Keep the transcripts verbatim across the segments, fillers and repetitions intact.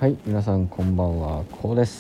はい、皆さんこんばんは、こうです。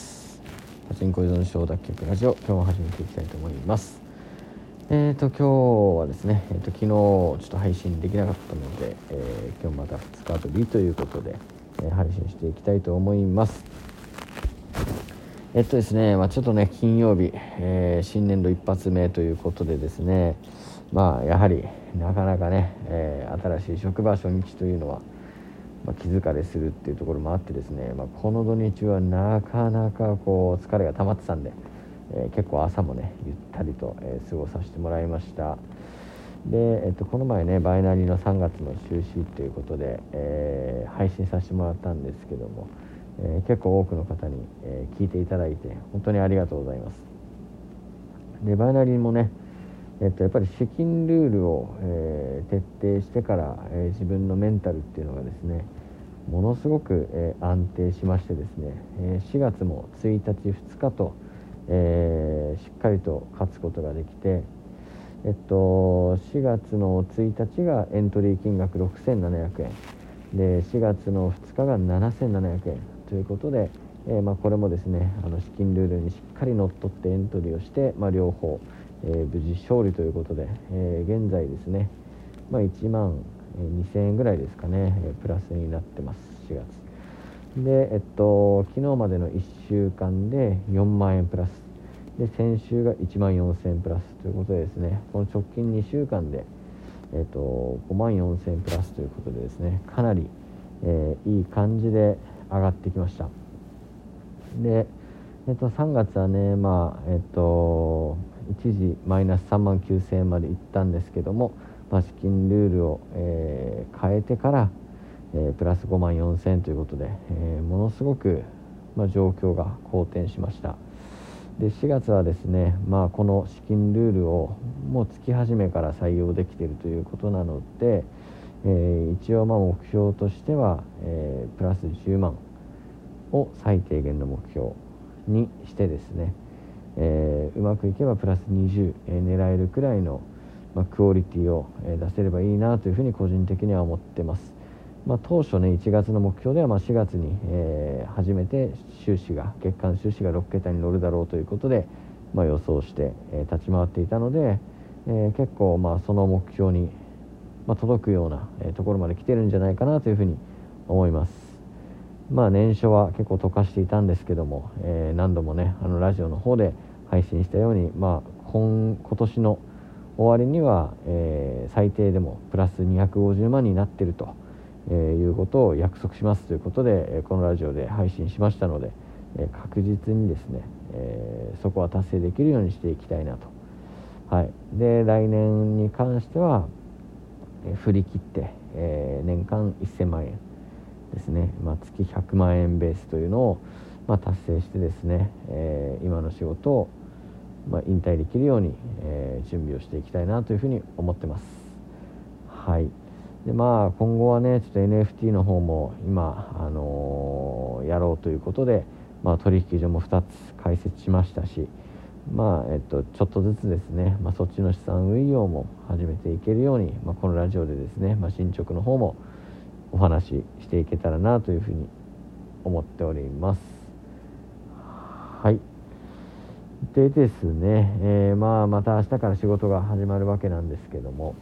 パチンコ依存症脱却ラジオ、今日も始めていきたいと思います。えーと今日はですね、えーと昨日ちょっと配信できなかったので、えー、今日またふつかぶりということで、えー、配信していきたいと思います。えっとですね、まあ、ちょっとね金曜日、えー、新年度一発目ということでですね、まあやはりなかなかね、えー、新しい職場初日というのはまあ、気疲れするっていうところもあってですね、まあ、この土日はなかなかこう疲れが溜まってたんで、えー、結構朝もねゆったりと、えー、過ごさせてもらいました。で、えっと、この前ねバイナリのさんがつの収支ということで、えー、配信させてもらったんですけども、えー、結構多くの方に、えー、聞いていただいて本当にありがとうございます。でバイナリもねえっと、やっぱり資金ルールを、えー、徹底してから、えー、自分のメンタルっていうのがですねものすごく、えー、安定しましてですね、えー、しがつもついたちふつかと、えー、しっかりと勝つことができて、えっと、しがつのついたちがエントリー金額ろくせんななひゃくえんでしがつのふつかがななせんななひゃくえんということで、えーまあ、これもですねあの資金ルールにしっかりのっとってエントリーをして、まあ、両方えー、無事勝利ということで、えー、現在ですね、まあ、いちまんにせんえんぐらいですかね、えー、プラスになってます。しがつで、えっと、昨日までのいっしゅうかんでよんまんえんプラスで先週がいちまんよんせんえんプラスということでですね、この直近にしゅうかんで、えっと、ごまんよんせんえんプラスということでですね、かなり、えー、いい感じで上がってきました。で、えっと、さんがつはね、まあえっと一時マイナスさんまんきゅうせんえんまでいったんですけども、まあ、資金ルールを、えー、変えてから、えー、プラスごまんよんせんえんということで、えー、ものすごく、まあ、状況が好転しました。でしがつはですね、まあ、この資金ルールをもう月始めから採用できているということなので、えー、一応まあ目標としては、えー、プラスじゅうまんを最低限の目標にしてですね、えー、うまくいけばプラスにじゅう、えー、狙えるくらいの、まあ、クオリティを、えー、出せればいいなというふうに個人的には思ってます。まあ、当初ねいちがつの目標では、まあ、しがつに、えー、初めて収支が月間収支がろくけたに乗るだろうということで、まあ、予想して、えー、立ち回っていたので、えー、結構まあその目標に、まあ、届くような、えー、ところまで来てるんじゃないかなというふうに思います。まあ年初は結構溶かしていたんですけども、えー、何度もねあのラジオの方で配信したように、まあ、今, 今年の終わりには、えー、最低でもプラスにひゃくごじゅうまんになっていると、えー、いうことを約束しますということで、えー、このラジオで配信しましたので、えー、確実にですね、えー、そこは達成できるようにしていきたいなと。はい、で来年に関しては、えー、振り切って、えー、年間せんまんえんですね、まあ、月ひゃくまんえんベースというのを、まあ、達成してですね、えー、今の仕事を、まあ、引退できるように、えー、準備をしていきたいなというふうに思ってます。はい。でまあ今後はねちょっと エヌエフティー の方も今、あのー、やろうということで、まあ、取引所もふたつ開設しましたし、まあえっと、ちょっとずつですね、まあ、そっちの資産運用も始めていけるように、まあ、このラジオでですね、まあ、進捗の方もお話ししていけたらなというふうに思っております。はい。でですね、えー、まあまた明日から仕事が始まるわけなんですけども、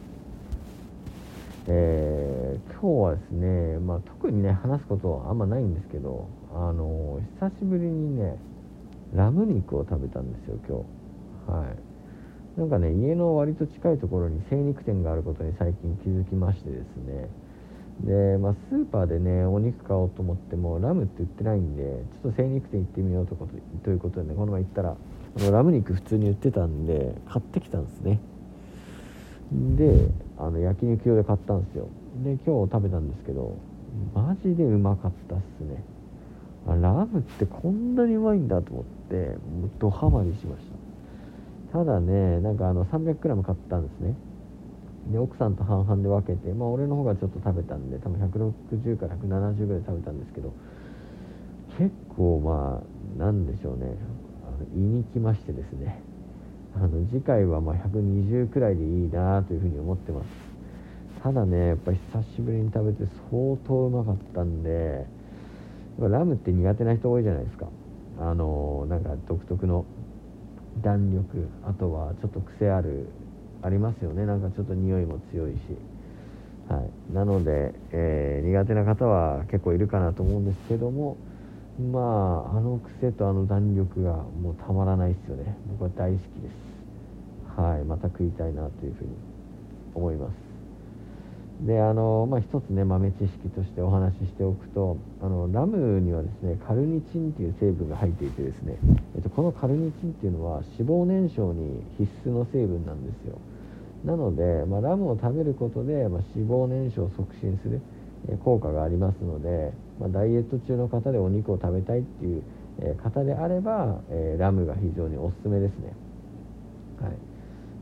えー、今日はですね、まあ、特にね話すことはあんまないんですけど、あのー、久しぶりにねラム肉を食べたんですよ今日。はい。なんかね家の割と近いところに精肉店があることに最近気づきましてですね、で、まあ、スーパーでねお肉買おうと思ってもラムって売ってないんで、ちょっと精肉店行ってみようとということでね、この前行ったらあのラム肉普通に売ってたんで買ってきたんですね。であの焼肉用で買ったんですよ。で今日食べたんですけどマジでうまかったっすね。あラムってこんなにうまいんだと思ってもうドハマりしました。ただねなんかあの さんびゃくグラム 買ったんですね。で奥さんと半々で分けて、まあ俺の方がちょっと食べたんで多分ひゃくろくじゅうからひゃくななじゅうぐらい食べたんですけど、結構まあなんでしょうね、あの胃にきましてですね、あの次回はまあひゃくにじゅうくらいでいいなというふうに思ってます。ただねやっぱり久しぶりに食べて相当うまかったんで、 ラムって苦手な人多いじゃないですか。あのなんか独特の弾力、あとはちょっと癖あるありますよね。なんかちょっと匂いも強いし、はい、なので、えー、苦手な方は結構いるかなと思うんですけども、まああの癖とあの弾力がもうたまらないですよね。僕は大好きです。はい、また食いたいなというふうに思います。で、あのまあ一つね、豆知識としてお話ししておくと、あのラムにはですね、カルニチンっていう成分が入っていてですね、えっと、このカルニチンっていうのは脂肪燃焼に必須の成分なんですよ。なので、まあ、ラムを食べることで、まあ、脂肪燃焼を促進する、えー効果がありますので、まあ、ダイエット中の方でお肉を食べたいっていう、えー方であれば、えーラムが非常におすすめですね。はい、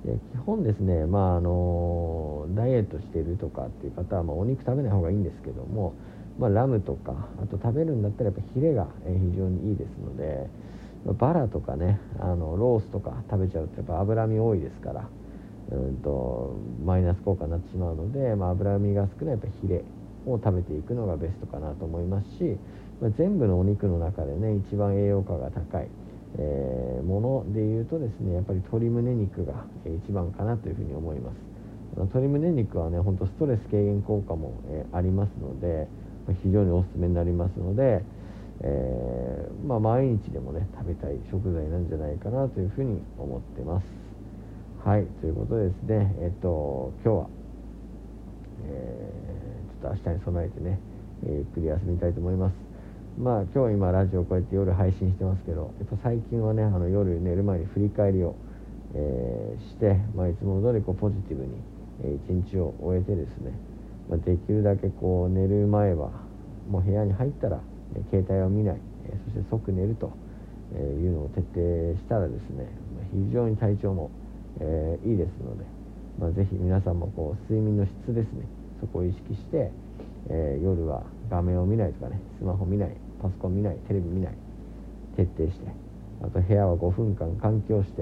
で基本ですね、まああのダイエットしているとかっていう方は、まあ、お肉食べない方がいいんですけども、まあ、ラムとかあと食べるんだったらやっぱヒレがえー非常にいいですので、まあバラとかね、あのロースとか食べちゃうとやっぱ脂身多いですから、うんとマイナス効果になってしまうので、まあ、脂身が少ないやっぱヒレを食べていくのがベストかなと思いますし、まあ、全部のお肉の中でね一番栄養価が高い、えーものでいうとですね、やっぱり鶏胸肉がえー一番かなというふうに思います。あの鶏胸肉はね本当ストレス軽減効果も、えーありますので、まあ非常におすすめになりますので、えーまあ、毎日でもね食べたい食材なんじゃないかなというふうに思ってます。はい、ということでですね、えっと、今日は、えーちょっと明日に備えてね、えーゆっくり休みたいと思います。まあ、今日は今、ラジオこうやって夜配信してますけど、やっぱ最近はね、あの夜寝る前に振り返りを、えーして、まあ、いつも通りこうポジティブに、えー一日を終えてですね、まあ、できるだけこう寝る前は、もう部屋に入ったら、えー携帯を見ない、えーそして即寝るというのを徹底したらですね、まあ非常に体調もえーいいですので、まあ、ぜひ皆さんもこう睡眠の質ですね、そこを意識して、えー夜は画面を見ないとかね、スマホ見ない、パソコン見ない、テレビ見ない、徹底して、あと部屋はごふんかん換気をして、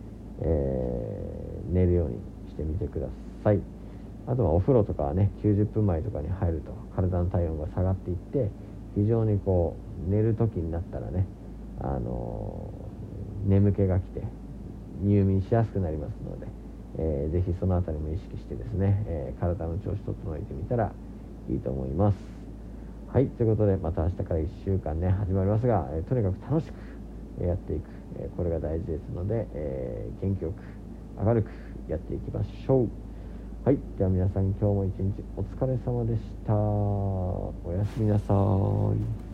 えー寝るようにしてみてください。あとはお風呂とかはね、きゅうじゅっぷんまえとかに入ると体の体温が下がっていって、非常にこう寝る時になったらね、あのー眠気が来て入眠しやすくなりますので、えーぜひそのあたりも意識してですね、えー体の調子整えてみたらいいと思います。はい、ということでまた明日からいっしゅうかんね始まりますが、えーとにかく楽しくえーやっていく、えーこれが大事ですので、えー元気よく明るくやっていきましょう。はい、では皆さん今日も一日お疲れ様でした。おやすみなさい。